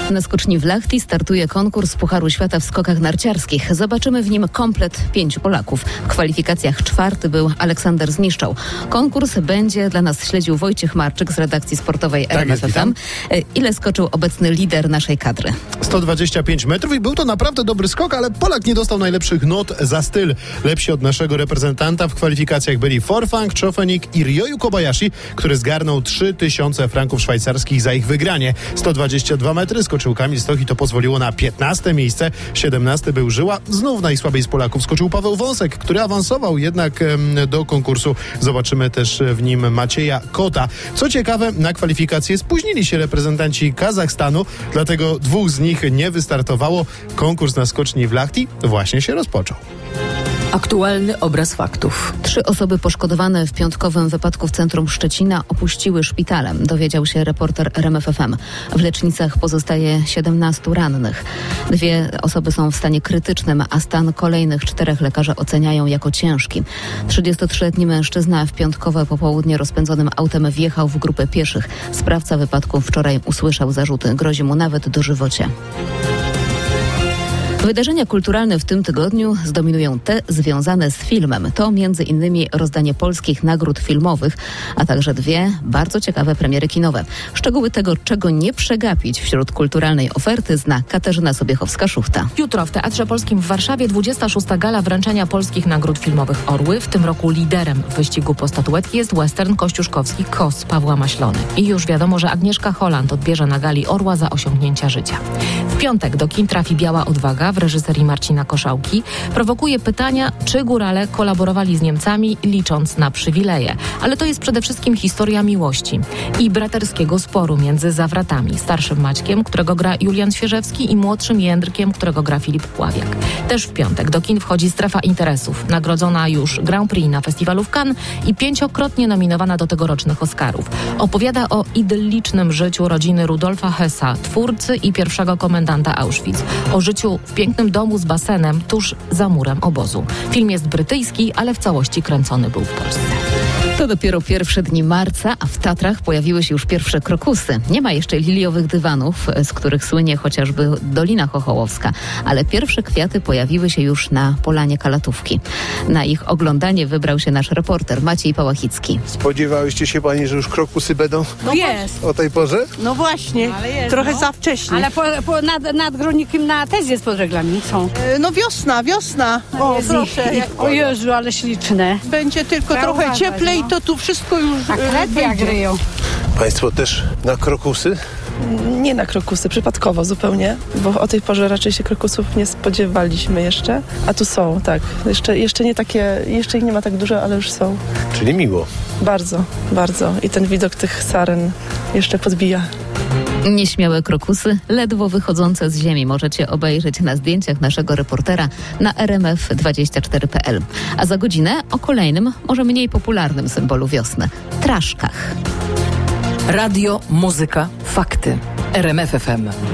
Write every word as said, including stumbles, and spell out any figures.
Na skoczni w Lahti startuje konkurs Pucharu Świata w skokach narciarskich. Zobaczymy w nim komplet pięciu Polaków. W kwalifikacjach czwarty był Aleksander Zniszczał. Konkurs będzie dla nas śledził Wojciech Marczyk z redakcji sportowej R M F F M. Ile skoczył obecny lider naszej kadry? sto dwadzieścia pięć metrów i był to naprawdę dobry skok, ale Polak nie dostał najlepszych not za styl. Lepsi od naszego reprezentanta w kwalifikacjach byli Forfang, Chofenik i Ryoyu Kobayashi, który zgarnął trzy tysiące franków szwajcarskich za ich wygranie. sto dwadzieścia dwa metry skoczył Kamil Stoch i to pozwoliło na piętnaste miejsce. siedemnasty był Żyła. Znów najsłabiej z Polaków skoczył Paweł Wąsek, który awansował jednak em, do konkursu. Zobaczymy też w nim Macieja Kota. Co ciekawe, na kwalifikacje spóźnili się reprezentanci Kazachstanu, dlatego dwóch z nich nie wystartowało. Konkurs na skoczni w Lahti właśnie się rozpoczął. Aktualny obraz faktów. Trzy osoby poszkodowane w piątkowym wypadku w centrum Szczecina opuściły szpitale, dowiedział się reporter R M F F M. W lecznicach pozostaje siedemnastu rannych. Dwie osoby są w stanie krytycznym, a stan kolejnych czterech lekarze oceniają jako ciężki. trzydziestotrzyletni mężczyzna w piątkowe popołudnie rozpędzonym autem wjechał w grupę pieszych. Sprawca wypadku wczoraj usłyszał zarzuty. Grozi mu nawet dożywocie. Wydarzenia kulturalne w tym tygodniu zdominują te związane z filmem. To między innymi rozdanie polskich nagród filmowych, a także dwie bardzo ciekawe premiery kinowe. Szczegóły tego, czego nie przegapić wśród kulturalnej oferty, zna Katarzyna Sobiechowska-Szuchta. Jutro w Teatrze Polskim w Warszawie dwudziesta szósta gala wręczenia polskich nagród filmowych Orły. W tym roku liderem w wyścigu po statuetki jest western kościuszkowski Kos Pawła Maślony. I już wiadomo, że Agnieszka Holland odbierze na gali Orła za osiągnięcia życia. W piątek do kin trafi Biała Odwaga w reżyserii Marcina Koszałki. Prowokuje pytania, czy górale kolaborowali z Niemcami, licząc na przywileje. Ale to jest przede wszystkim historia miłości i braterskiego sporu między Zawratami. Starszym Maćkiem, którego gra Julian Świeżewski, i młodszym Jędrkiem, którego gra Filip Pławiak. Też w piątek do kin wchodzi Strefa Interesów, nagrodzona już Grand Prix na festiwalu w Cannes i pięciokrotnie nominowana do tegorocznych Oscarów. Opowiada o idyllicznym życiu rodziny Rudolfa Hessa, twórcy i pierwszego komendanta Auschwitz. O życiu w pięknym domu z basenem tuż za murem obozu. Film jest brytyjski, ale w całości kręcony był w Polsce. To dopiero pierwsze dni marca, a w Tatrach pojawiły się już pierwsze krokusy. Nie ma jeszcze liliowych dywanów, z których słynie chociażby Dolina Chochołowska, ale pierwsze kwiaty pojawiły się już na Polanie Kalatówki. Na ich oglądanie wybrał się nasz reporter Maciej Pałachicki. Spodziewałyście się pani, że już krokusy będą? No jest. O tej porze? No właśnie, Ale jest, trochę no. za wcześnie. Ale po, po, nad, nad Gronikiem na też jest pod reglami są. E, No wiosna, wiosna. O, Jest proszę. ich- Jak ich- O Jezu, ale śliczne. będzie tylko Trzeba trochę uważać, cieplej, no. to tu wszystko już A e, kret jak wyjdzie. ryją. Państwo też na krokusy? Nie na krokusy, przypadkowo zupełnie, bo o tej porze raczej się krokusów nie spodziewaliśmy jeszcze, a tu są, tak. Jeszcze, jeszcze nie takie, jeszcze ich nie ma tak dużo, ale już są. Czyli miło. Bardzo, bardzo. I ten widok tych saren jeszcze podbija. Nieśmiałe krokusy, ledwo wychodzące z ziemi, możecie obejrzeć na zdjęciach naszego reportera na r m f dwadzieścia cztery kropka p l. A za godzinę o kolejnym, może mniej popularnym symbolu wiosny – traszkach. Radio, muzyka, fakty. R M F F M.